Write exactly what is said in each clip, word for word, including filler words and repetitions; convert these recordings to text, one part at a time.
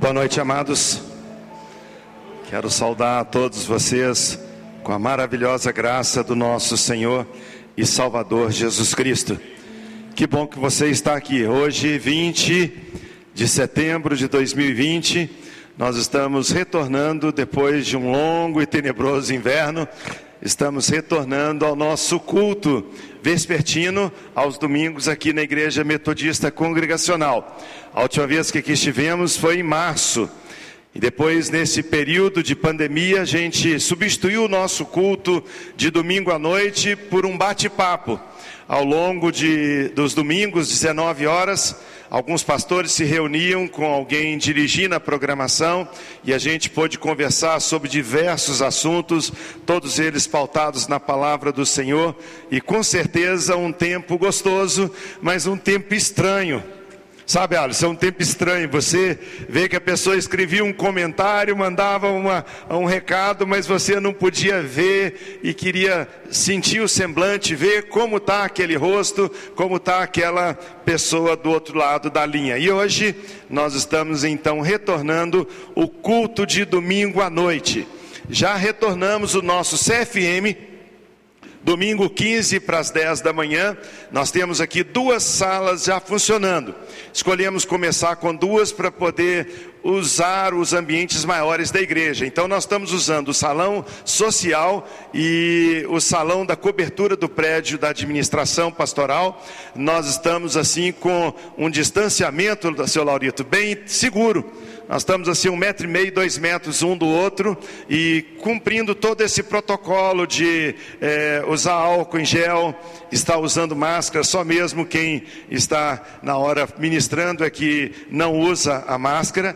Boa noite, amados. Quero saudar a todos vocês com a maravilhosa graça do nosso Senhor e Salvador Jesus Cristo. Que bom que você está aqui. Hoje, vinte de setembro de dois mil e vinte, nós estamos retornando depois de um longo e tenebroso inverno. Estamos retornando ao nosso culto vespertino aos domingos aqui na Igreja Metodista Congregacional. A última vez que aqui estivemos foi em março. E depois, nesse período de pandemia, a gente substituiu o nosso culto de domingo à noite por um bate-papo. Ao longo de, dos domingos, dezenove horas, alguns pastores se reuniam com alguém dirigindo a programação e a gente pôde conversar sobre diversos assuntos, todos eles pautados na palavra do Senhor, e com certeza um tempo gostoso, mas um tempo estranho. Sabe, Alisson, é um tempo estranho. Você vê que a pessoa escrevia um comentário, mandava uma, um recado, mas você não podia ver e queria sentir o semblante, ver como está aquele rosto, como está aquela pessoa do outro lado da linha. E hoje nós estamos então retornando o culto de domingo à noite. Já retornamos o nosso C F M, domingo quinze para as dez da manhã. Nós temos aqui duas salas já funcionando. Escolhemos começar com duas para poder usar os ambientes maiores da igreja. Então nós estamos usando o salão social e o salão da cobertura do prédio da administração pastoral. Nós estamos assim com um distanciamento, seu Laurito, bem seguro. Nós estamos assim um metro e meio, dois metros um do outro e cumprindo todo esse protocolo de é, usar álcool em gel, estar usando máscara. Só mesmo quem está na hora ministrando é que não usa a máscara.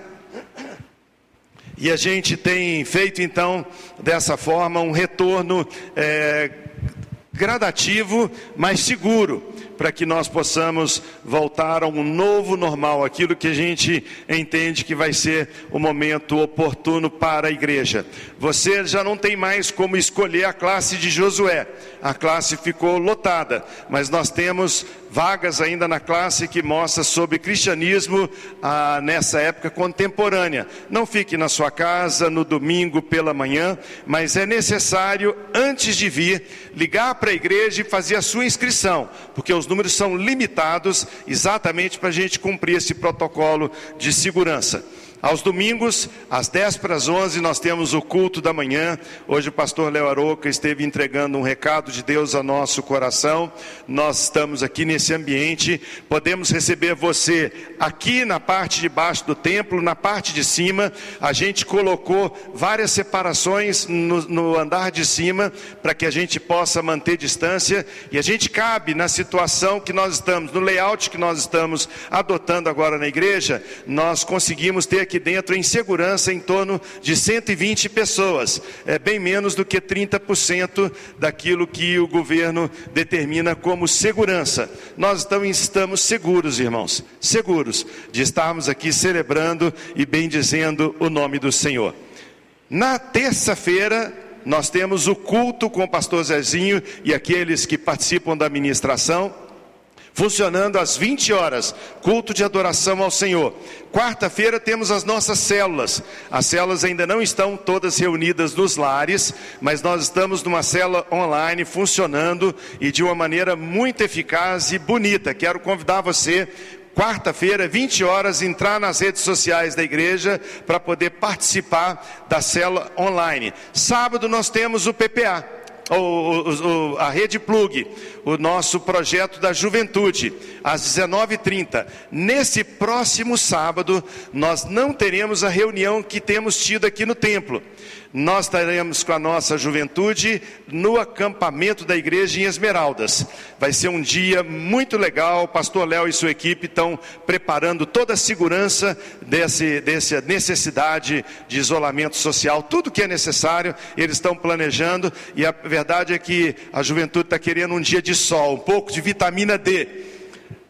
E a gente tem feito então dessa forma um retorno é, gradativo, mas seguro, para que nós possamos voltar a um novo normal, aquilo que a gente entende que vai ser o momento oportuno para a igreja. Você já não tem mais como escolher a classe de Josué, a classe ficou lotada, mas nós temos vagas ainda na classe que mostra sobre cristianismo ah, nessa época contemporânea. Não fique na sua casa no domingo pela manhã, mas é necessário, antes de vir, ligar para a igreja e fazer a sua inscrição, porque os números são limitados exatamente para a gente cumprir esse protocolo de segurança. Aos domingos, às dez para as onze, nós temos o culto da manhã. Hoje o pastor Léo Aroca esteve entregando um recado de Deus ao nosso coração. Nós estamos aqui nesse ambiente, podemos receber você aqui na parte de baixo do templo, na parte de cima. A gente colocou várias separações no, no andar de cima, para que a gente possa manter distância. E a gente cabe na situação que nós estamos, no layout que nós estamos adotando agora na igreja, nós conseguimos ter aqui dentro em segurança em torno de cento e vinte pessoas, é bem menos do que trinta por cento daquilo que o governo determina como segurança. Nós então estamos seguros, irmãos, seguros de estarmos aqui celebrando e bendizendo o nome do Senhor. Na terça-feira nós temos o culto com o pastor Zezinho e aqueles que participam da ministração, funcionando às vinte horas, culto de adoração ao Senhor. Quarta-feira temos as nossas células. As células ainda não estão todas reunidas nos lares, mas nós estamos numa célula online funcionando e de uma maneira muito eficaz e bonita. Quero convidar você, quarta-feira, vinte horas, entrar nas redes sociais da igreja para poder participar da célula online. Sábado nós temos o P P A. O, o, o, a Rede Plug, o nosso projeto da juventude, às dezenove e trinta. Nesse próximo sábado, nós não teremos a reunião que temos tido aqui no templo. Nós estaremos com a nossa juventude no acampamento da igreja em Esmeraldas. Vai ser um dia muito legal. O pastor Léo e sua equipe estão preparando toda a segurança desse, dessa necessidade de isolamento social. Tudo que é necessário, eles estão planejando. E a verdade é que a juventude está querendo um dia de sol, um pouco de vitamina D.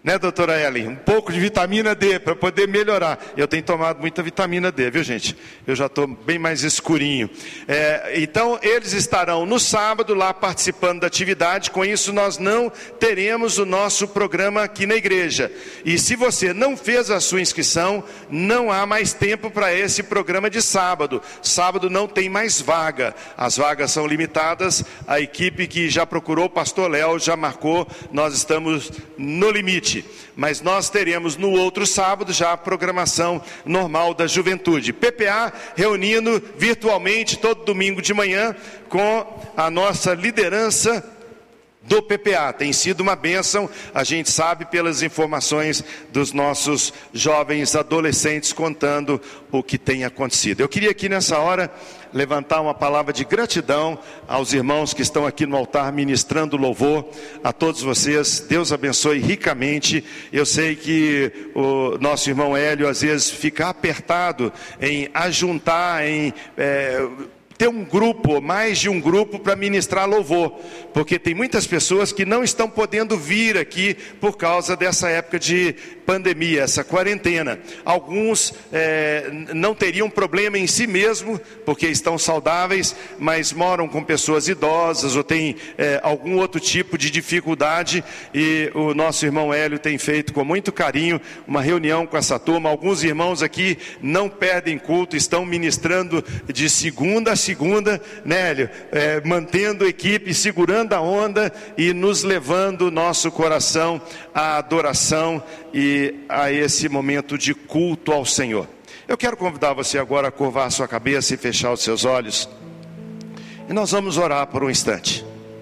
Né, doutora Ellen? Um pouco de vitamina D para poder melhorar. Eu tenho tomado muita vitamina D, viu, gente? Eu já estou bem mais escurinho. É, então, eles estarão no sábado lá participando da atividade. Com isso, nós não teremos o nosso programa aqui na igreja. E se você não fez a sua inscrição, não há mais tempo para esse programa de sábado. Sábado não tem mais vaga. As vagas são limitadas. A equipe que já procurou o pastor Léo já marcou. Nós estamos no limite. Mas nós teremos no outro sábado já a programação normal da juventude. P P A reunindo virtualmente todo domingo de manhã com a nossa liderança do P P A. Tem sido uma bênção, a gente sabe pelas informações dos nossos jovens adolescentes contando o que tem acontecido. Eu queria aqui nessa hora levantar uma palavra de gratidão aos irmãos que estão aqui no altar ministrando louvor, a todos vocês. Deus abençoe ricamente. Eu sei que o nosso irmão Hélio às vezes fica apertado em ajuntar, em é, ter um grupo, mais de um grupo para ministrar louvor, porque tem muitas pessoas que não estão podendo vir aqui por causa dessa época de pandemia, essa quarentena. Alguns é, não teriam problema em si mesmo, porque estão saudáveis, mas moram com pessoas idosas ou têm é, algum outro tipo de dificuldade, e o nosso irmão Hélio tem feito com muito carinho uma reunião com essa turma. Alguns irmãos aqui não perdem culto, estão ministrando de segunda a segunda, né, Hélio? É, mantendo a equipe, segurando a onda e nos levando o nosso coração à adoração e a esse momento de culto ao Senhor. Eu quero convidar você agora a curvar a sua cabeça e fechar os seus olhos. E nós vamos orar por um instante.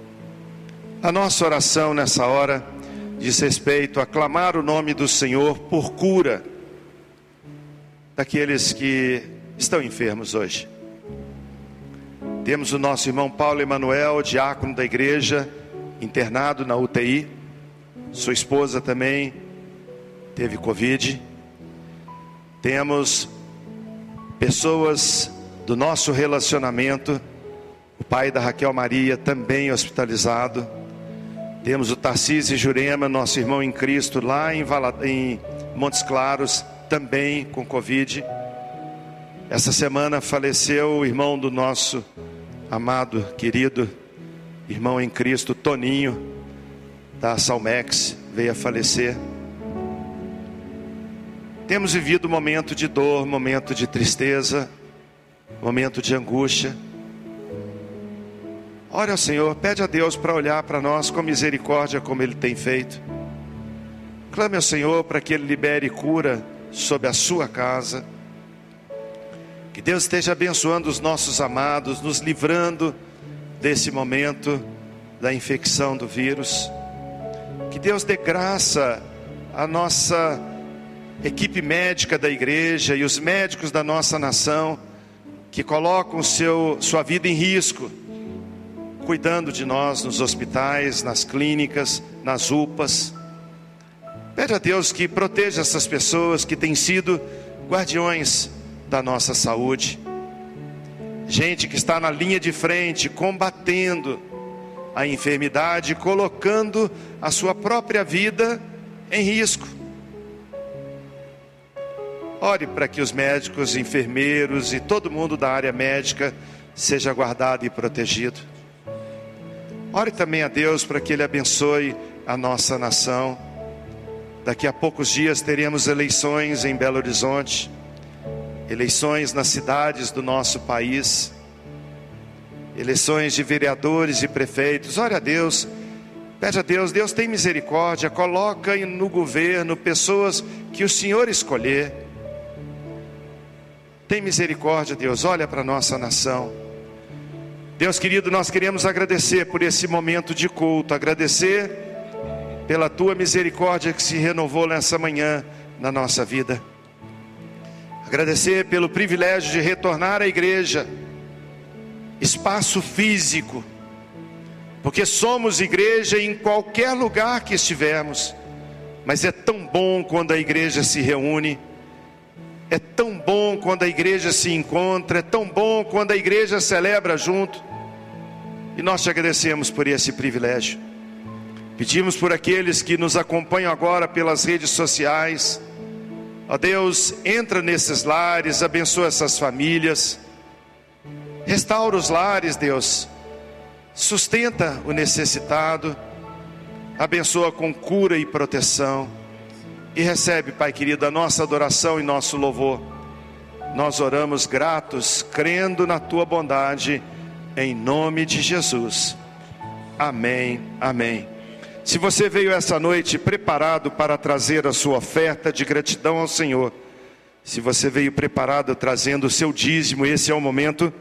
A nossa oração nessa hora diz respeito a clamar o nome do Senhor por cura daqueles que estão enfermos hoje. Temos o nosso irmão Paulo Emanuel, diácono da igreja, internado na U T I. Sua esposa também teve Covid. Temos pessoas do nosso relacionamento, o pai da Raquel Maria também hospitalizado. Temos o Tarcísio Jurema, nosso irmão em Cristo, lá em, Vala... em Montes Claros, também com Covid. Essa semana faleceu o irmão do nosso amado, querido irmão em Cristo, Toninho, da Salmex, veio a falecer. Temos vivido um momento de dor, momento de tristeza, momento de angústia. Ore ao Senhor, pede a Deus para olhar para nós com misericórdia, como Ele tem feito. Clame ao Senhor para que Ele libere cura sobre a sua casa. Que Deus esteja abençoando os nossos amados, nos livrando desse momento da infecção do vírus. Que Deus dê graça à nossa equipe médica da igreja e os médicos da nossa nação, que colocam seu, sua vida em risco, cuidando de nós nos hospitais, nas clínicas, nas U P As. Pede a Deus que proteja essas pessoas que têm sido guardiões da nossa saúde, gente que está na linha de frente, combatendo a enfermidade, colocando a sua própria vida em risco. Ore para que os médicos, enfermeiros e todo mundo da área médica seja guardado e protegido. Ore também a Deus para que Ele abençoe a nossa nação. Daqui a poucos dias teremos eleições em Belo Horizonte, eleições nas cidades do nosso país, eleições de vereadores e prefeitos. Ore a Deus, pede a Deus, Deus tem misericórdia, coloca no governo pessoas que o Senhor escolher. Tem misericórdia, Deus, olha para a nossa nação. Deus querido, nós queremos agradecer por esse momento de culto, agradecer pela Tua misericórdia que se renovou nessa manhã na nossa vida. Agradecer pelo privilégio de retornar à igreja, espaço físico, porque somos igreja em qualquer lugar que estivermos, mas é tão bom quando a igreja se reúne, é tão bom quando a igreja se encontra, é tão bom quando a igreja celebra junto, e nós te agradecemos por esse privilégio. Pedimos por aqueles que nos acompanham agora pelas redes sociais. Ó Deus, entra nesses lares, abençoa essas famílias, restaura os lares, Deus, sustenta o necessitado, abençoa com cura e proteção, e recebe, Pai querido, a nossa adoração e nosso louvor. Nós oramos gratos, crendo na Tua bondade, em nome de Jesus. Amém, amém. Se você veio essa noite preparado para trazer a sua oferta de gratidão ao Senhor, se você veio preparado trazendo o seu dízimo, esse é o momento.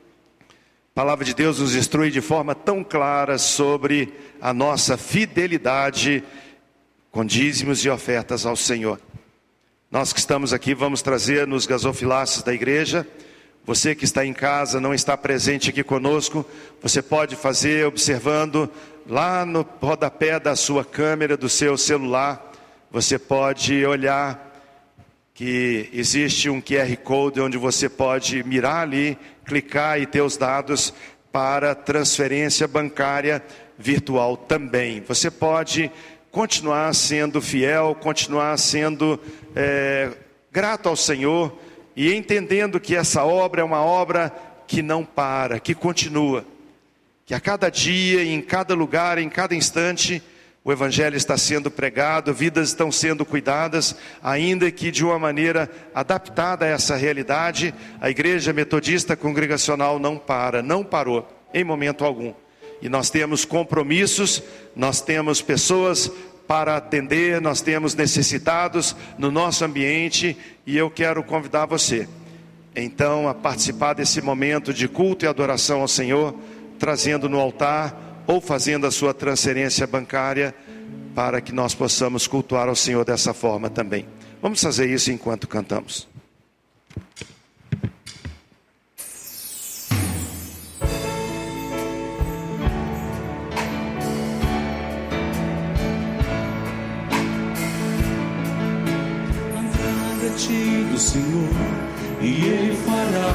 A palavra de Deus nos instrui de forma tão clara sobre a nossa fidelidade com dízimos e ofertas ao Senhor. Nós que estamos aqui vamos trazer nos gasofilácios da igreja. Você que está em casa, não está presente aqui conosco, você pode fazer observando lá no rodapé da sua câmera, do seu celular. Você pode olhar que existe um Q R Code onde você pode mirar ali, clicar e ter os dados para transferência bancária virtual também. Você pode continuar sendo fiel, continuar sendo é, grato ao Senhor, e entendendo que essa obra é uma obra que não para, que continua, que a cada dia, em cada lugar, em cada instante, o Evangelho está sendo pregado, vidas estão sendo cuidadas, ainda que de uma maneira adaptada a essa realidade. A Igreja Metodista Congregacional não para, não parou, em momento algum. E nós temos compromissos, nós temos pessoas para atender, nós temos necessitados no nosso ambiente, e eu quero convidar você, então, a participar desse momento de culto e adoração ao Senhor, trazendo no altar ou fazendo a sua transferência bancária, para que nós possamos cultuar ao Senhor dessa forma também. Vamos fazer isso enquanto cantamos. Do Senhor, e Ele fará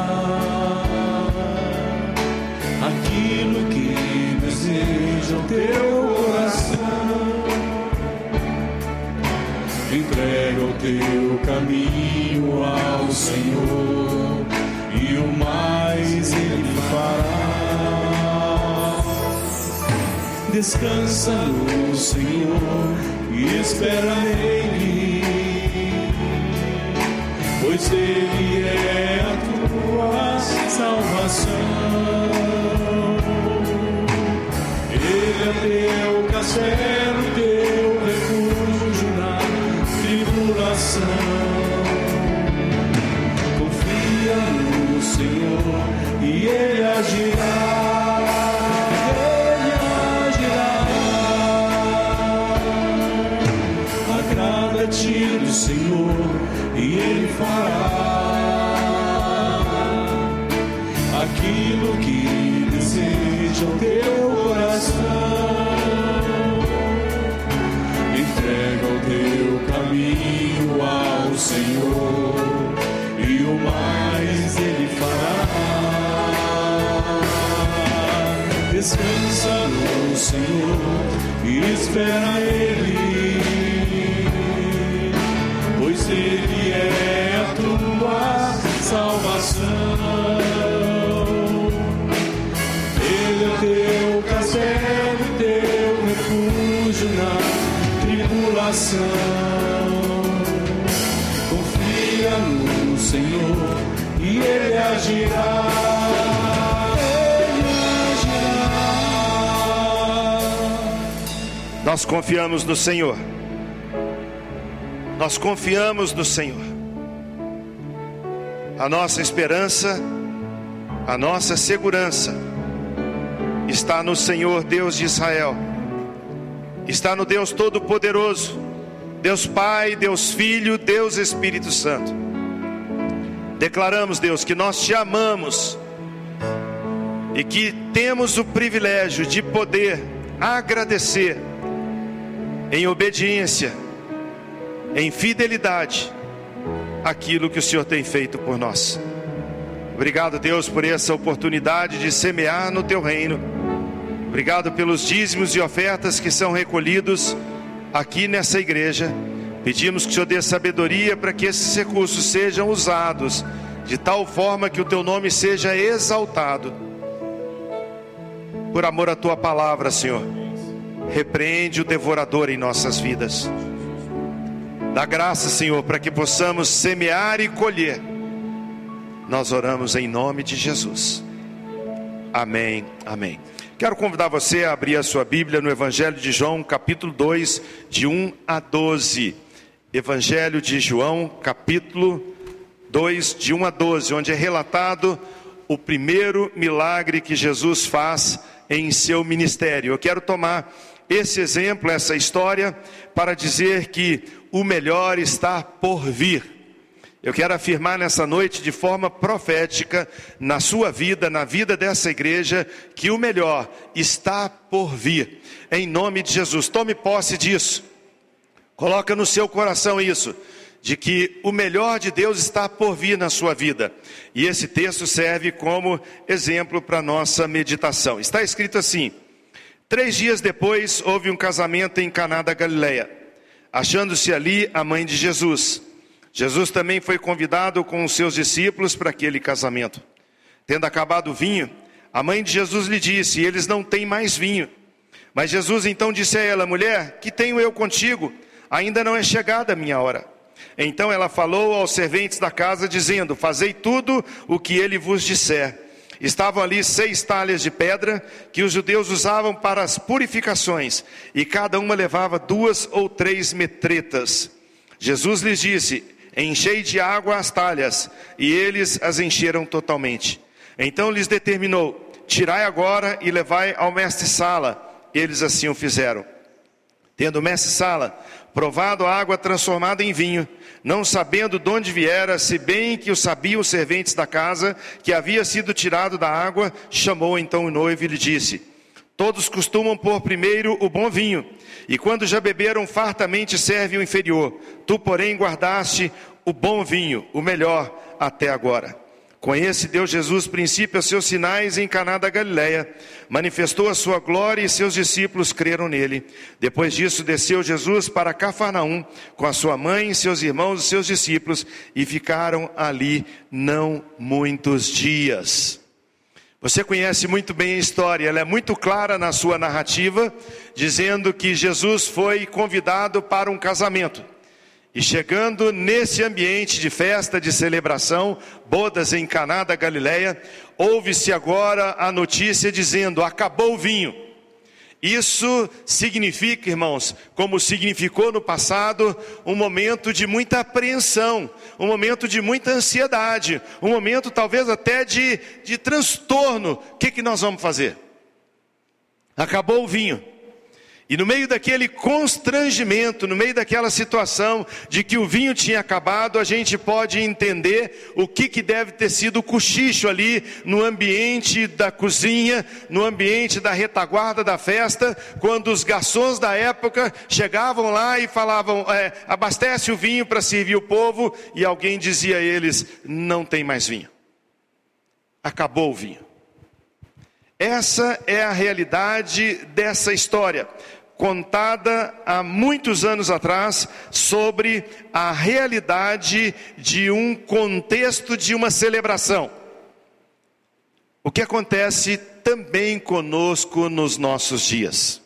aquilo que deseja o teu coração. Entrega o teu caminho ao Senhor, e o mais Ele fará. Descansa no Senhor e espera nele, pois Ele é a tua salvação. Ele é teu castelo, teu refúgio na tribulação. Confia no Senhor e Ele agirá. Ele agirá. Agrada-te do Senhor e Ele fará aquilo que deseja o teu coração. Entrega o teu caminho ao Senhor, e o mais Ele fará. Descansa no Senhor e espera Ele, pois Ele é a tua salvação. Ele é teu castelo, teu refúgio na tribulação. Confia no Senhor e Ele agirá. Ele agirá. Nós confiamos no Senhor. Nós confiamos no Senhor. A nossa esperança, a nossa segurança está no Senhor Deus de Israel, está no Deus Todo-Poderoso, Deus Pai, Deus Filho, Deus Espírito Santo. Declaramos, Deus, que nós te amamos e que temos o privilégio de poder agradecer em obediência, em fidelidade, aquilo que o Senhor tem feito por nós. Obrigado, Deus, por essa oportunidade de semear no teu reino, Obrigado pelos dízimos e ofertas que são recolhidos aqui nessa igreja. Pedimos que o Senhor dê sabedoria para que esses recursos sejam usados de tal forma que o teu nome seja exaltado. Por amor à tua palavra, Senhor, repreende o devorador em nossas vidas. Dá graça, Senhor, para que possamos semear e colher. Nós oramos em nome de Jesus. Amém, amém. Quero convidar você a abrir a sua Bíblia no Evangelho de João, capítulo dois, de um a doze. Evangelho de João, capítulo dois, de um a doze, onde é relatado o primeiro milagre que Jesus faz em seu ministério. Eu quero tomar esse exemplo, essa história, para dizer que o melhor está por vir. Eu quero afirmar nessa noite de forma profética, na sua vida, na vida dessa igreja, que o melhor está por vir. Em nome de Jesus, tome posse disso. Coloca no seu coração isso, de que o melhor de Deus está por vir na sua vida. E esse texto serve como exemplo para a nossa meditação. Está escrito assim: Três dias depois houve um casamento em Caná da Galileia, achando-se ali a mãe de Jesus. Jesus também foi convidado com os seus discípulos para aquele casamento. Tendo acabado o vinho, a mãe de Jesus lhe disse: eles não têm mais vinho. Mas Jesus então disse a ela: mulher, que tenho eu contigo? Ainda não é chegada a minha hora. Então ela falou aos serventes da casa, dizendo: fazei tudo o que ele vos disser. Estavam ali seis talhas de pedra, que os judeus usavam para as purificações, e cada uma levava duas ou três metretas. Jesus lhes disse: enchei de água as talhas, e eles as encheram totalmente. Então lhes determinou: tirai agora e levai ao mestre-sala. Eles assim o fizeram. Tendo o mestre-sala provado a água transformada em vinho, não sabendo de onde viera, se bem que o sabiam os serventes da casa, que havia sido tirado da água, chamou então o noivo e lhe disse: todos costumam pôr primeiro o bom vinho, e quando já beberam fartamente serve o inferior. Tu, porém, guardaste o bom vinho, o melhor até agora. Com esse deu Jesus princípio a seus sinais em Caná da Galileia, manifestou a sua glória e seus discípulos creram nele. Depois disso desceu Jesus para Cafarnaum com a sua mãe, seus irmãos e seus discípulos, e ficaram ali não muitos dias. Você conhece muito bem a história, ela é muito clara na sua narrativa, dizendo que Jesus foi convidado para um casamento. E chegando nesse ambiente de festa, de celebração, bodas em Caná da Galileia, ouve-se agora a notícia dizendo: acabou o vinho. Isso significa, irmãos, como significou no passado, um momento de muita apreensão, um momento de muita ansiedade, um momento talvez até de, de transtorno. O que, que nós vamos fazer? Acabou o vinho. E no meio daquele constrangimento, no meio daquela situação de que o vinho tinha acabado, a gente pode entender o que, que deve ter sido o cochicho ali no ambiente da cozinha, no ambiente da retaguarda da festa, quando os garçons da época chegavam lá e falavam: é, abastece o vinho para servir o povo, e alguém dizia a eles: não tem mais vinho. Acabou o vinho. Essa é a realidade dessa história, contada há muitos anos atrás, sobre a realidade de um contexto de uma celebração. O que acontece também conosco nos nossos dias.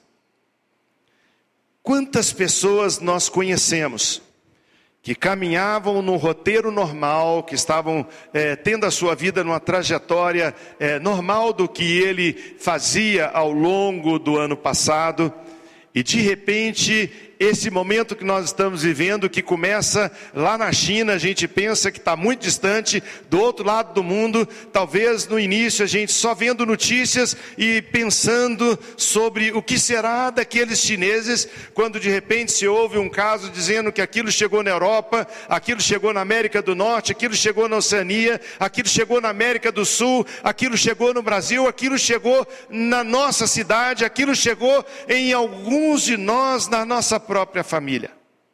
Quantas pessoas nós conhecemos que caminhavam no roteiro normal, que estavam é, tendo a sua vida numa trajetória é, normal do que ele fazia ao longo do ano passado, e de repente esse momento que nós estamos vivendo, que começa lá na China, a gente pensa que está muito distante, do outro lado do mundo, talvez no início a gente só vendo notícias e pensando sobre o que será daqueles chineses, quando de repente se ouve um caso dizendo que aquilo chegou na Europa, aquilo chegou na América do Norte, aquilo chegou na Oceania, aquilo chegou na América do Sul, aquilo chegou no Brasil, aquilo chegou na nossa cidade, aquilo chegou em alguns de nós, na nossa própria família.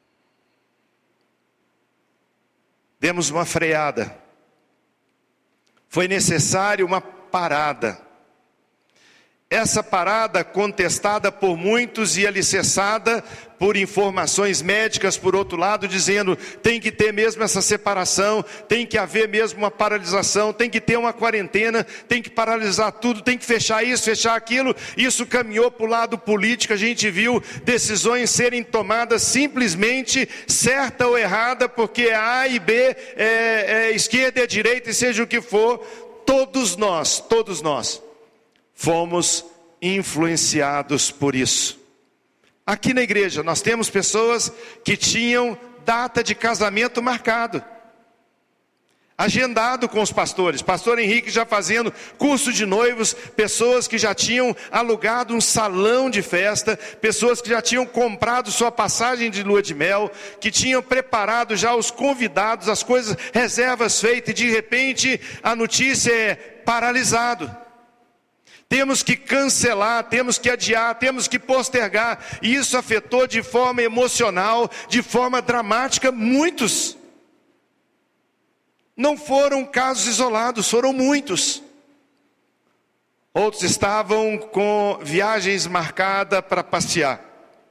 Demos uma freada. Foi necessário uma parada. essa parada contestada por muitos e alicerçada por informações médicas, por outro lado, dizendo tem que ter mesmo essa separação, tem que haver mesmo uma paralisação, tem que ter uma quarentena, tem que paralisar tudo, tem que fechar isso, fechar aquilo. Isso caminhou para o lado político, a gente viu decisões serem tomadas simplesmente certa ou errada, porque é A e B, é, é esquerda e direita, e seja o que for, todos nós, todos nós, fomos influenciados por isso. Aqui na igreja nós temos pessoas que tinham data de casamento marcado, agendado com os pastores, pastor Henrique já fazendo curso de noivos, pessoas que já tinham alugado um salão de festa, pessoas que já tinham comprado sua passagem de lua de mel, que tinham preparado já os convidados, as coisas, reservas feitas, e de repente a notícia é paralisado. Temos que cancelar, temos que adiar, temos que postergar. E isso afetou de forma emocional, de forma dramática, muitos. Não foram casos isolados, foram muitos. Outros estavam com viagens marcadas para passear.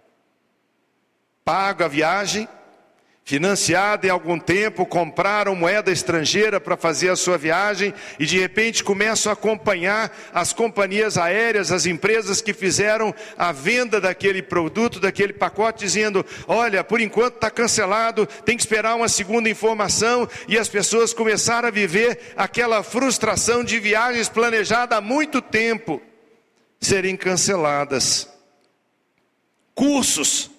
Paga a viagem, financiada em algum tempo, compraram moeda estrangeira para fazer a sua viagem e de repente começam a acompanhar as companhias aéreas, as empresas que fizeram a venda daquele produto, daquele pacote, dizendo, olha, por enquanto está cancelado, tem que esperar uma segunda informação, e as pessoas começaram a viver aquela frustração de viagens planejadas há muito tempo serem canceladas. Cursos.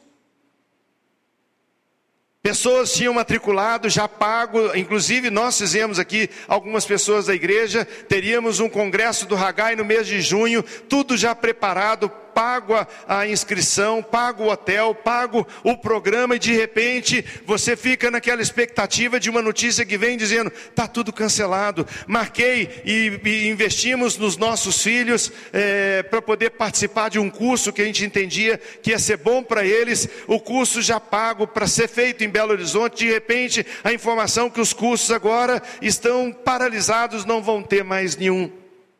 Pessoas tinham matriculado, já pago, inclusive nós fizemos aqui, algumas pessoas da igreja, teríamos um congresso do Haggai no mês de junho, tudo já preparado, pago a, a inscrição, pago o hotel, pago o programa, e de repente você fica naquela expectativa de uma notícia que vem dizendo, está tudo cancelado. Marquei e, e investimos nos nossos filhos é, para poder participar de um curso que a gente entendia que ia ser bom para eles, o curso já pago para ser feito em Belo Horizonte, de repente a informação que os cursos agora estão paralisados, não vão ter mais nenhum.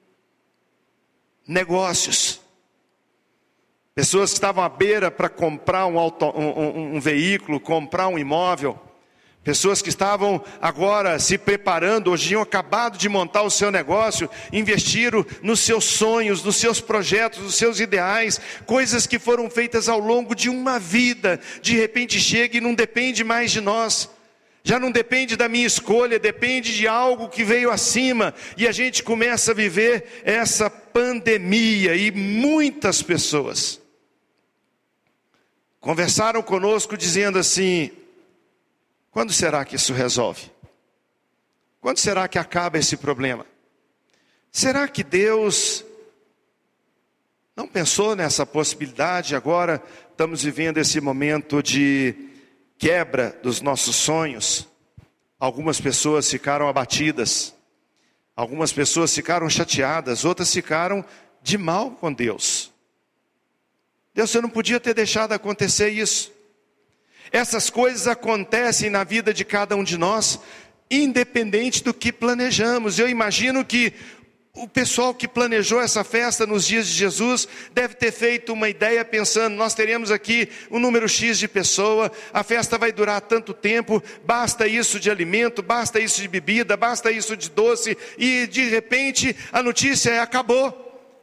Negócios. Pessoas que estavam à beira para comprar um, auto, um, um, um veículo, comprar um imóvel. Pessoas que estavam agora se preparando, hoje tinham acabado de montar o seu negócio, investiram nos seus sonhos, nos seus projetos, nos seus ideais, coisas que foram feitas ao longo de uma vida, de repente chega e não depende mais de nós. Já não depende da minha escolha, depende de algo que veio acima, e a gente começa a viver essa pandemia, e muitas pessoas conversaram conosco dizendo assim, quando será que isso resolve? Quando será que acaba esse problema? Será que Deus não pensou nessa possibilidade? Agora estamos vivendo esse momento de quebra dos nossos sonhos. Algumas pessoas ficaram abatidas, algumas pessoas ficaram chateadas, outras ficaram de mal com Deus. Deus, você não podia ter deixado acontecer isso. Essas coisas acontecem na vida de cada um de nós, independente do que planejamos. Eu imagino que o pessoal que planejou essa festa nos dias de Jesus deve ter feito uma ideia pensando, nós teremos aqui um número X de pessoa, a festa vai durar tanto tempo, basta isso de alimento, basta isso de bebida, basta isso de doce, e de repente a notícia é, acabou.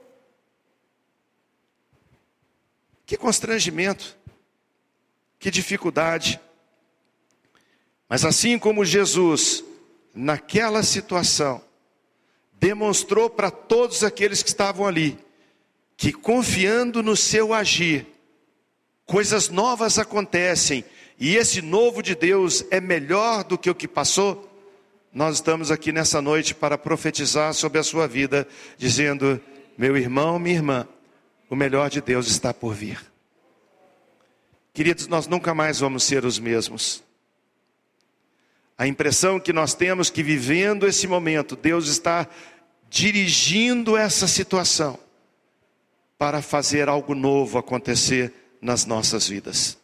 Que constrangimento, que dificuldade. Mas assim como Jesus, naquela situação, demonstrou para todos aqueles que estavam ali, que confiando no seu agir, coisas novas acontecem, e esse novo de Deus é melhor do que o que passou. Nós estamos aqui nessa noite para profetizar sobre a sua vida, dizendo, meu irmão, minha irmã, o melhor de Deus está por vir. Queridos, nós nunca mais vamos ser os mesmos. A impressão que nós temos que vivendo esse momento, Deus está dirigindo essa situação para fazer algo novo acontecer nas nossas vidas.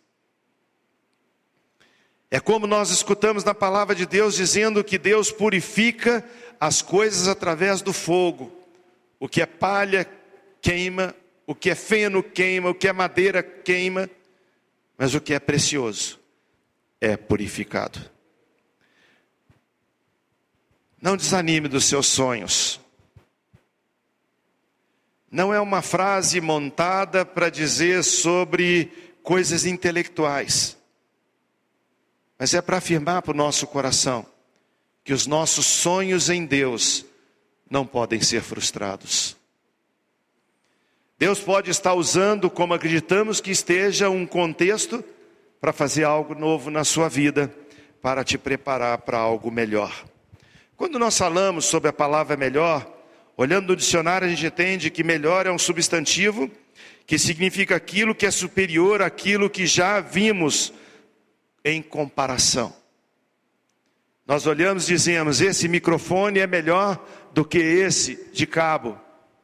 É como nós escutamos na palavra de Deus dizendo que Deus purifica as coisas através do fogo. O que é palha queima, o que é feno queima, o que é madeira queima, mas o que é precioso é purificado. Não desanime dos seus sonhos. Não é uma frase montada para dizer sobre coisas intelectuais, mas é para afirmar para o nosso coração que os nossos sonhos em Deus não podem ser frustrados. Deus pode estar usando, como acreditamos que esteja, um contexto para fazer algo novo na sua vida, para te preparar para algo melhor. Quando nós falamos sobre a palavra melhor, olhando no dicionário a gente entende que melhor é um substantivo que significa aquilo que é superior àquilo que já vimos em comparação. Nós olhamos e dizemos, esse microfone é melhor do que esse de cabo.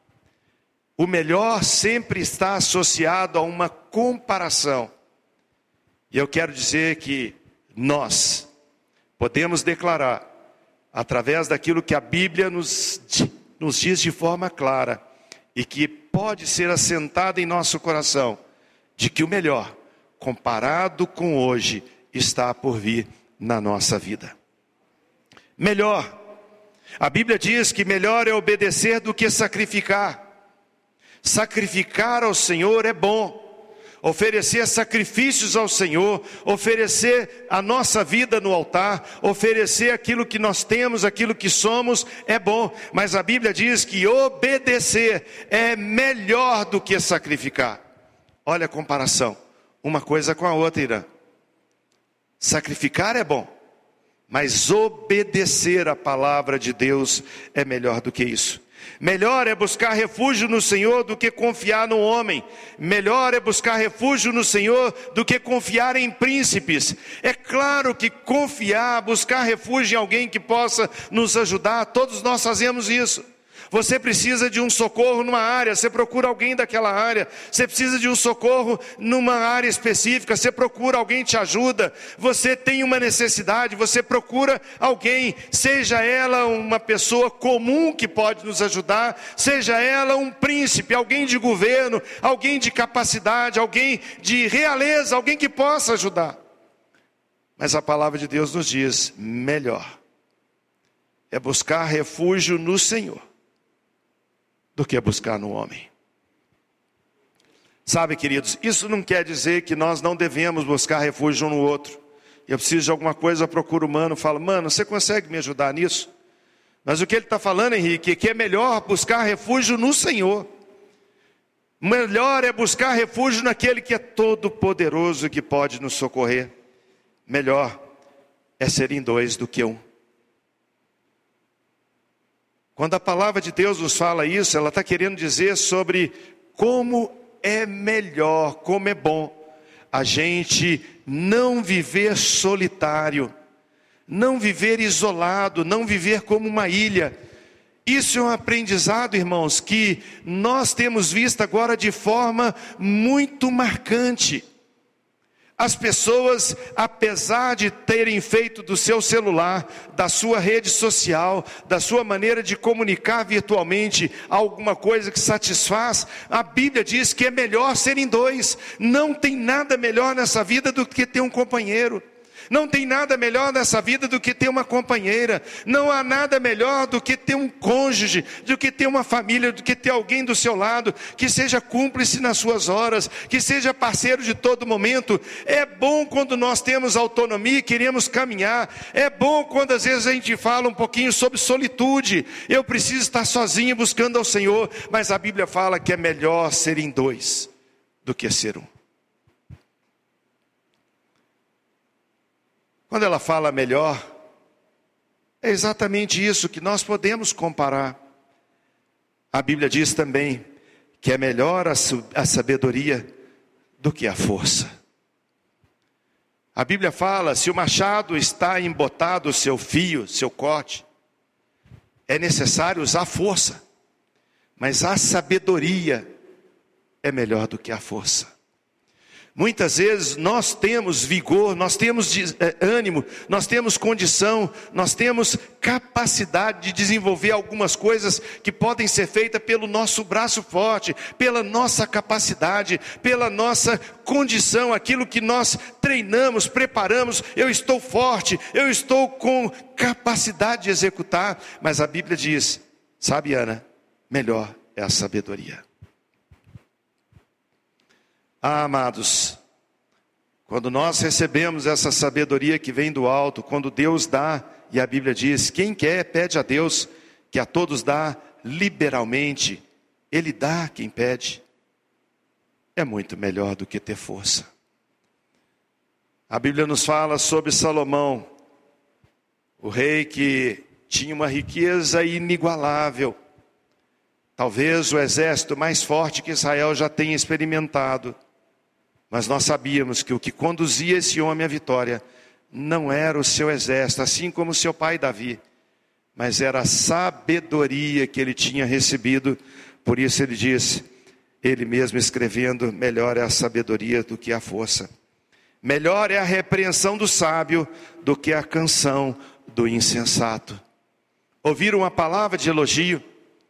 O melhor sempre está associado a uma comparação. E eu quero dizer que nós podemos declarar, através daquilo que a Bíblia nos, nos diz de forma clara, e que pode ser assentado em nosso coração, de que o melhor, comparado com hoje, está por vir na nossa vida. Melhor. A Bíblia diz que melhor é obedecer do que sacrificar. Sacrificar ao Senhor é bom. Oferecer sacrifícios ao Senhor, oferecer a nossa vida no altar, oferecer aquilo que nós temos, aquilo que somos, é bom. Mas a Bíblia diz que obedecer é melhor do que sacrificar. Olha a comparação, uma coisa com a outra, Irã. Sacrificar é bom, mas obedecer a palavra de Deus é melhor do que isso. Melhor é buscar refúgio no Senhor do que confiar no homem. Melhor é buscar refúgio no Senhor do que confiar em príncipes. É claro que confiar, buscar refúgio em alguém que possa nos ajudar, todos nós fazemos isso. Você precisa de um socorro numa área, você procura alguém daquela área. Você precisa de um socorro numa área específica, você procura alguém que te ajuda. Você tem uma necessidade, você procura alguém, seja ela uma pessoa comum que pode nos ajudar, seja ela um príncipe, alguém de governo, alguém de capacidade, alguém de realeza, alguém que possa ajudar. Mas a palavra de Deus nos diz, melhor é buscar refúgio no Senhor do que buscar no homem. Sabe, queridos, isso não quer dizer que nós não devemos buscar refúgio um no outro. Eu preciso de alguma coisa, eu procuro o mano, falo, mano, você consegue me ajudar nisso? Mas o que ele está falando, Henrique, é que é melhor buscar refúgio no Senhor. Melhor é buscar refúgio naquele que é todo poderoso e que pode nos socorrer. Melhor é ser em dois do que um. Quando a palavra de Deus nos fala isso, ela está querendo dizer sobre como é melhor, como é bom a gente não viver solitário, não viver isolado, não viver como uma ilha. Isso é um aprendizado, irmãos, que nós temos visto agora de forma muito marcante. As pessoas, apesar de terem feito do seu celular, da sua rede social, da sua maneira de comunicar virtualmente alguma coisa que satisfaz, a Bíblia diz que é melhor serem dois. Não tem nada melhor nessa vida do que ter um companheiro. Não tem nada melhor nessa vida do que ter uma companheira. Não há nada melhor do que ter um cônjuge, do que ter uma família, do que ter alguém do seu lado, que seja cúmplice nas suas horas, que seja parceiro de todo momento. É bom quando nós temos autonomia e queremos caminhar. É bom quando às vezes a gente fala um pouquinho sobre solitude. Eu preciso estar sozinho buscando ao Senhor. Mas a Bíblia fala que é melhor ser em dois do que ser um. Quando ela fala melhor, é exatamente isso que nós podemos comparar. A Bíblia diz também que é melhor a sabedoria do que a força. A Bíblia fala, se o machado está embotado, seu fio, seu corte, é necessário usar força. Mas a sabedoria é melhor do que a força. Muitas vezes nós temos vigor, nós temos ânimo, nós temos condição, nós temos capacidade de desenvolver algumas coisas que podem ser feitas pelo nosso braço forte, pela nossa capacidade, pela nossa condição, aquilo que nós treinamos, preparamos. Eu estou forte, eu estou com capacidade de executar, mas a Bíblia diz, sabe, Ana, melhor é a sabedoria. Ah, amados, quando nós recebemos essa sabedoria que vem do alto, quando Deus dá, e a Bíblia diz, quem quer pede a Deus, que a todos dá liberalmente, Ele dá a quem pede, é muito melhor do que ter força. A Bíblia nos fala sobre Salomão, o rei que tinha uma riqueza inigualável, talvez o exército mais forte que Israel já tenha experimentado. Mas nós sabíamos que o que conduzia esse homem à vitória não era o seu exército, assim como seu pai Davi, mas era a sabedoria que ele tinha recebido. Por isso ele diz, ele mesmo escrevendo, melhor é a sabedoria do que a força. Melhor é a repreensão do sábio do que a canção do insensato. Ouvir uma palavra de elogio,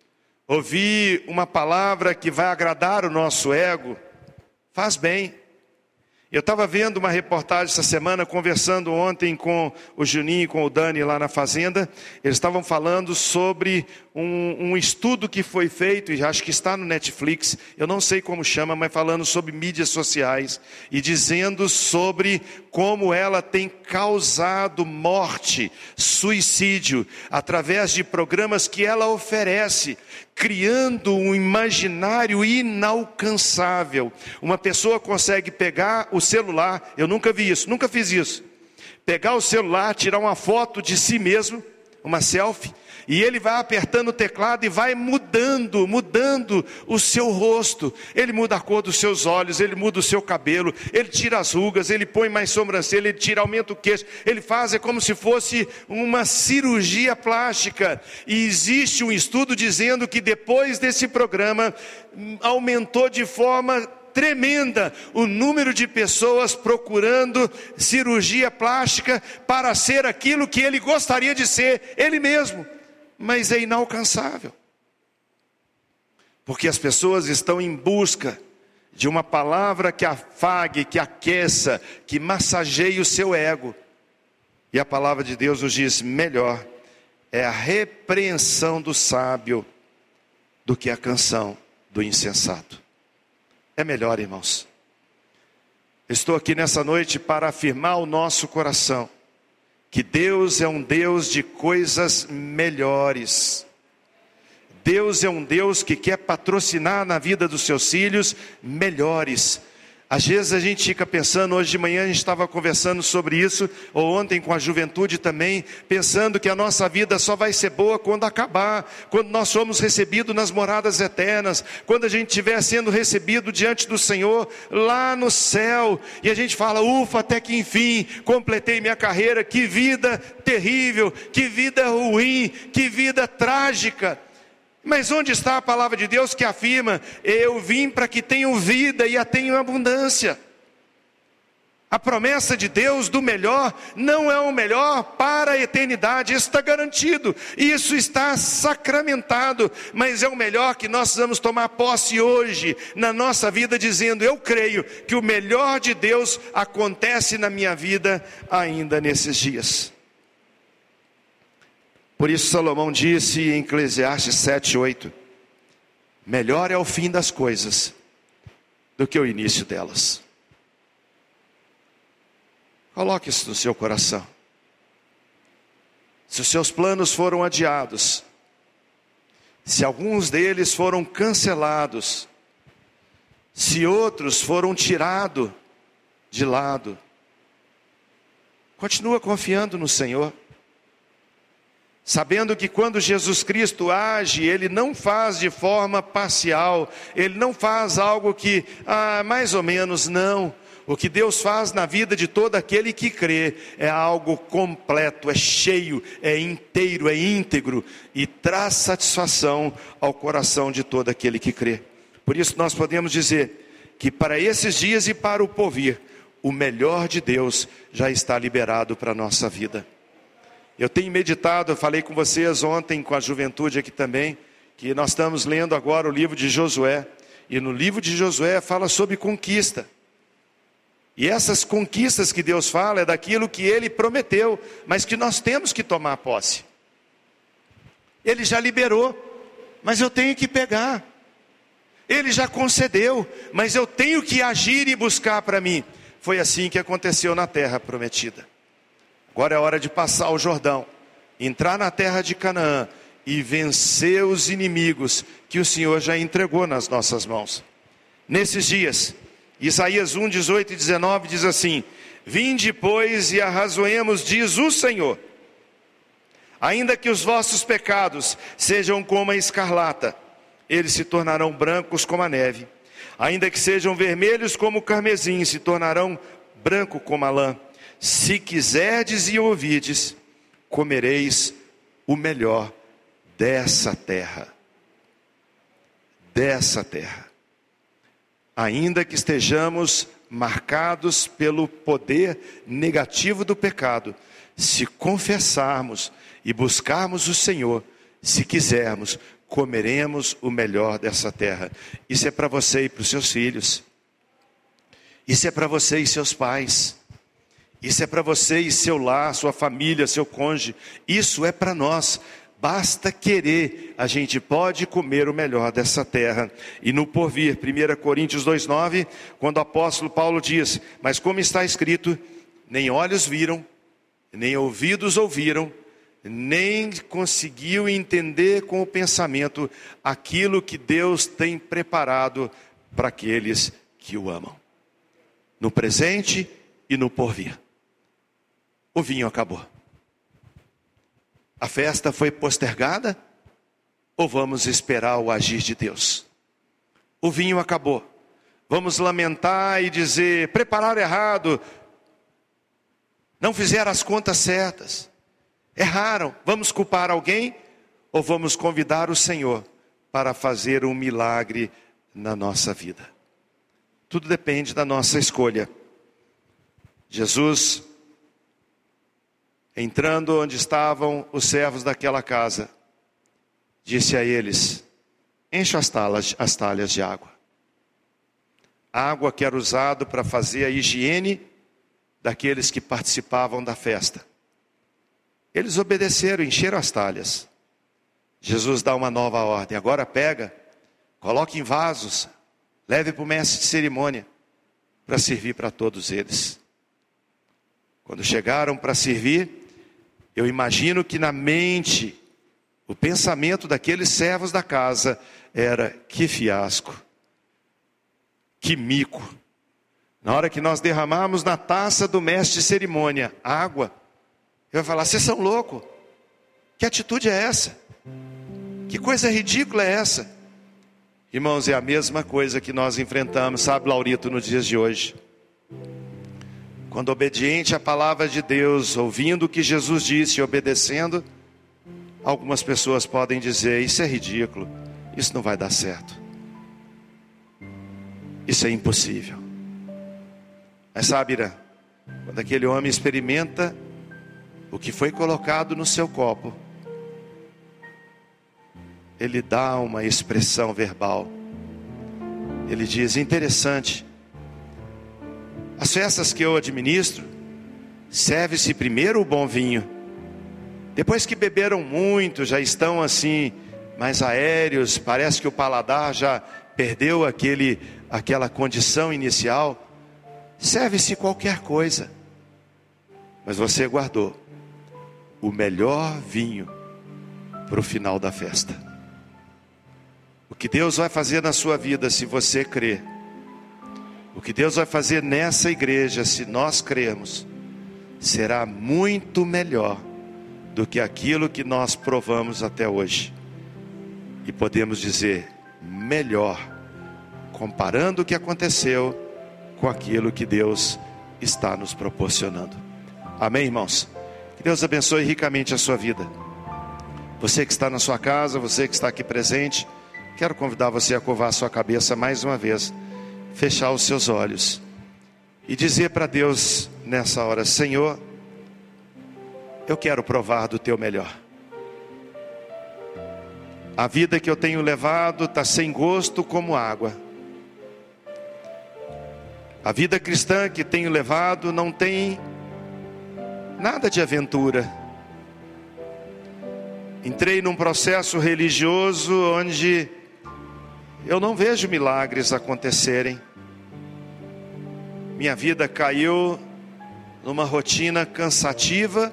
ouvir uma palavra que vai agradar o nosso ego, faz bem. Eu estava vendo uma reportagem essa semana, conversando ontem com o Juninho e com o Dani lá na fazenda. Eles estavam falando sobre um, um estudo que foi feito, e acho que está no Netflix, eu não sei como chama, mas falando sobre mídias sociais, e dizendo sobre como ela tem causado morte, suicídio, através de programas que ela oferece, criando um imaginário inalcançável. Uma pessoa consegue pegar o celular, eu nunca vi isso, nunca fiz isso, pegar o celular, tirar uma foto de si mesmo, uma selfie, e ele vai apertando o teclado e vai mudando, mudando o seu rosto. Ele muda a cor dos seus olhos, ele muda o seu cabelo, ele tira as rugas, ele põe mais sobrancelha, ele tira, aumenta o queixo. Ele faz, é como se fosse uma cirurgia plástica. E existe um estudo dizendo que depois desse programa, aumentou de forma tremenda o número de pessoas procurando cirurgia plástica para ser aquilo que ele gostaria de ser, ele mesmo. Mas é inalcançável, porque as pessoas estão em busca de uma palavra que afague, que aqueça, que massageie o seu ego. E a palavra de Deus nos diz, melhor é a repreensão do sábio do que a canção do insensato. É melhor, irmãos. Estou aqui nessa noite para afirmar ao nosso coração que Deus é um Deus de coisas melhores. Deus é um Deus que quer patrocinar na vida dos seus filhos melhores. Às vezes a gente fica pensando, hoje de manhã a gente estava conversando sobre isso, ou ontem com a juventude também, pensando que a nossa vida só vai ser boa quando acabar, quando nós somos recebidos nas moradas eternas, quando a gente estiver sendo recebido diante do Senhor, lá no céu, e a gente fala, ufa, até que enfim, completei minha carreira. Que vida terrível, que vida ruim, que vida trágica. Mas onde está a palavra de Deus que afirma, eu vim para que tenham vida e a tenham em abundância? A promessa de Deus do melhor não é o melhor para a eternidade, isso está garantido, isso está sacramentado, mas é o melhor que nós vamos tomar posse hoje na nossa vida, dizendo, eu creio que o melhor de Deus acontece na minha vida ainda nesses dias. Por isso Salomão disse em Eclesiastes sete, oito, melhor é o fim das coisas do que o início delas. Coloque isso no seu coração. Se os seus planos foram adiados, se alguns deles foram cancelados, se outros foram tirados de lado, continua confiando no Senhor, sabendo que quando Jesus Cristo age, Ele não faz de forma parcial, Ele não faz algo que, ah, mais ou menos, não. O que Deus faz na vida de todo aquele que crê é algo completo, é cheio, é inteiro, é íntegro e traz satisfação ao coração de todo aquele que crê. Por isso nós podemos dizer, que para esses dias e para o porvir, o melhor de Deus já está liberado para a nossa vida. Eu tenho meditado, eu falei com vocês ontem, com a juventude aqui também, que nós estamos lendo agora o livro de Josué. E no livro de Josué fala sobre conquista. E essas conquistas que Deus fala é daquilo que Ele prometeu, mas que nós temos que tomar posse. Ele já liberou, mas eu tenho que pegar. Ele já concedeu, mas eu tenho que agir e buscar para mim. Foi assim que aconteceu na terra prometida. Agora é hora de passar o Jordão, entrar na terra de Canaã e vencer os inimigos que o Senhor já entregou nas nossas mãos. Nesses dias, Isaías um, dezoito e dezenove diz assim: vinde, pois, e arrazoemos, diz o Senhor. Ainda que os vossos pecados sejam como a escarlata, eles se tornarão brancos como a neve. Ainda que sejam vermelhos como o carmesim, se tornarão branco como a lã. Se quiserdes e ouvides, comereis o melhor dessa terra. Dessa terra. Ainda que estejamos marcados pelo poder negativo do pecado, se confessarmos e buscarmos o Senhor, se quisermos, comeremos o melhor dessa terra. Isso é para você e para os seus filhos. Isso é para você e seus pais. Isso é para você e seu lar, sua família, seu cônjuge. Isso é para nós. Basta querer, a gente pode comer o melhor dessa terra. E no porvir, primeira Coríntios dois, nove, quando o apóstolo Paulo diz: mas como está escrito, nem olhos viram, nem ouvidos ouviram, nem conseguiu entender com o pensamento aquilo que Deus tem preparado para aqueles que o amam. No presente e no porvir. O vinho acabou. A festa foi postergada? Ou vamos esperar o agir de Deus? O vinho acabou. Vamos lamentar e dizer: prepararam errado, não fizeram as contas certas, erraram. Vamos culpar alguém? Ou vamos convidar o Senhor para fazer um milagre na nossa vida? Tudo depende da nossa escolha. Jesus, entrando onde estavam os servos daquela casa, disse a eles: encha as talhas, as talhas de água. Água que era usada para fazer a higiene daqueles que participavam da festa. Eles obedeceram, encheram as talhas. Jesus dá uma nova ordem: agora pega, coloque em vasos, leve para o mestre de cerimônia, para servir para todos eles. Quando chegaram para servir, eu imagino que na mente, o pensamento daqueles servos da casa era: que fiasco, que mico. Na hora que nós derramarmos na taça do mestre de cerimônia água, eu vou falar: vocês são loucos? Que atitude é essa? Que coisa ridícula é essa? Irmãos, é a mesma coisa que nós enfrentamos, sabe, Laurito, nos dias de hoje. Quando obediente à palavra de Deus, ouvindo o que Jesus disse e obedecendo, algumas pessoas podem dizer: isso é ridículo, isso não vai dar certo, isso é impossível. Mas sabe, Irã, quando aquele homem experimenta o que foi colocado no seu copo, ele dá uma expressão verbal. Ele diz: interessante, as festas que eu administro, serve-se primeiro o bom vinho. Depois que beberam muito, já estão assim, mais aéreos, parece que o paladar já perdeu aquele, aquela condição inicial. Serve-se qualquer coisa, mas você guardou o melhor vinho para o final da festa. O que Deus vai fazer na sua vida, se você crer, o que Deus vai fazer nessa igreja, se nós crermos, será muito melhor do que aquilo que nós provamos até hoje. E podemos dizer: melhor, comparando o que aconteceu com aquilo que Deus está nos proporcionando. Amém, irmãos? Que Deus abençoe ricamente a sua vida. Você que está na sua casa, você que está aqui presente, quero convidar você a curvar a sua cabeça mais uma vez, fechar os seus olhos e dizer para Deus nessa hora: Senhor, eu quero provar do teu melhor. A vida que eu tenho levado está sem gosto como água. A vida cristã que tenho levado não tem nada de aventura. Entrei num processo religioso onde eu não vejo milagres acontecerem. Minha vida caiu numa rotina cansativa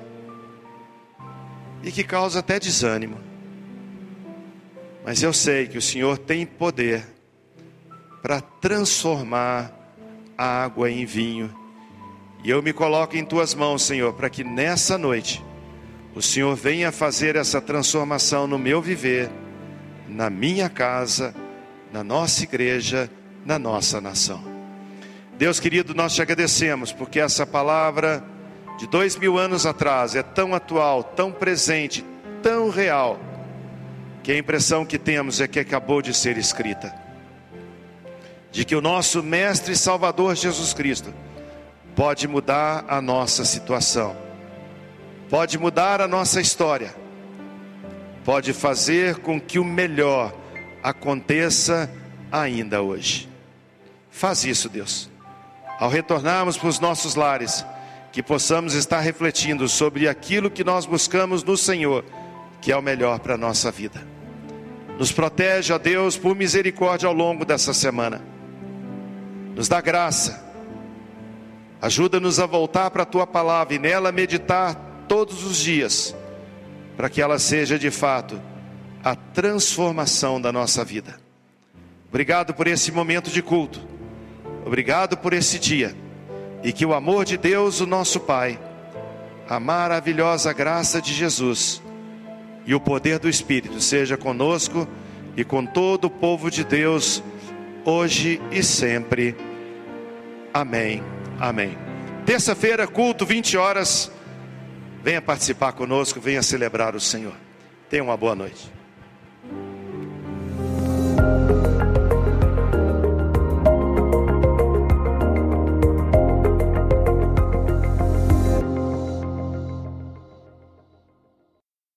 e que causa até desânimo. Mas eu sei que o Senhor tem poder para transformar a água em vinho. E eu me coloco em tuas mãos, Senhor, para que nessa noite o Senhor venha fazer essa transformação no meu viver, na minha casa, na nossa igreja, na nossa nação. Deus querido, nós te agradecemos porque essa palavra de dois mil anos atrás é tão atual, tão presente, tão real, que a impressão que temos é que acabou de ser escrita. De que o nosso Mestre e Salvador Jesus Cristo pode mudar a nossa situação, pode mudar a nossa história, pode fazer com que o melhor aconteça ainda hoje. Faz isso, Deus. Ao retornarmos para os nossos lares, que possamos estar refletindo sobre aquilo que nós buscamos no Senhor, que é o melhor para a nossa vida. Nos protege, ó Deus, por misericórdia ao longo dessa semana. Nos dá graça. Ajuda-nos a voltar para a Tua palavra e nela meditar todos os dias, para que ela seja de fato a transformação da nossa vida. Obrigado por esse momento de culto. Obrigado por esse dia. E que o amor de Deus, o nosso Pai, a maravilhosa graça de Jesus e o poder do Espírito seja conosco e com todo o povo de Deus, hoje e sempre. Amém, amém. Terça-feira, culto, vinte horas. Venha participar conosco, venha celebrar o Senhor. Tenha uma boa noite.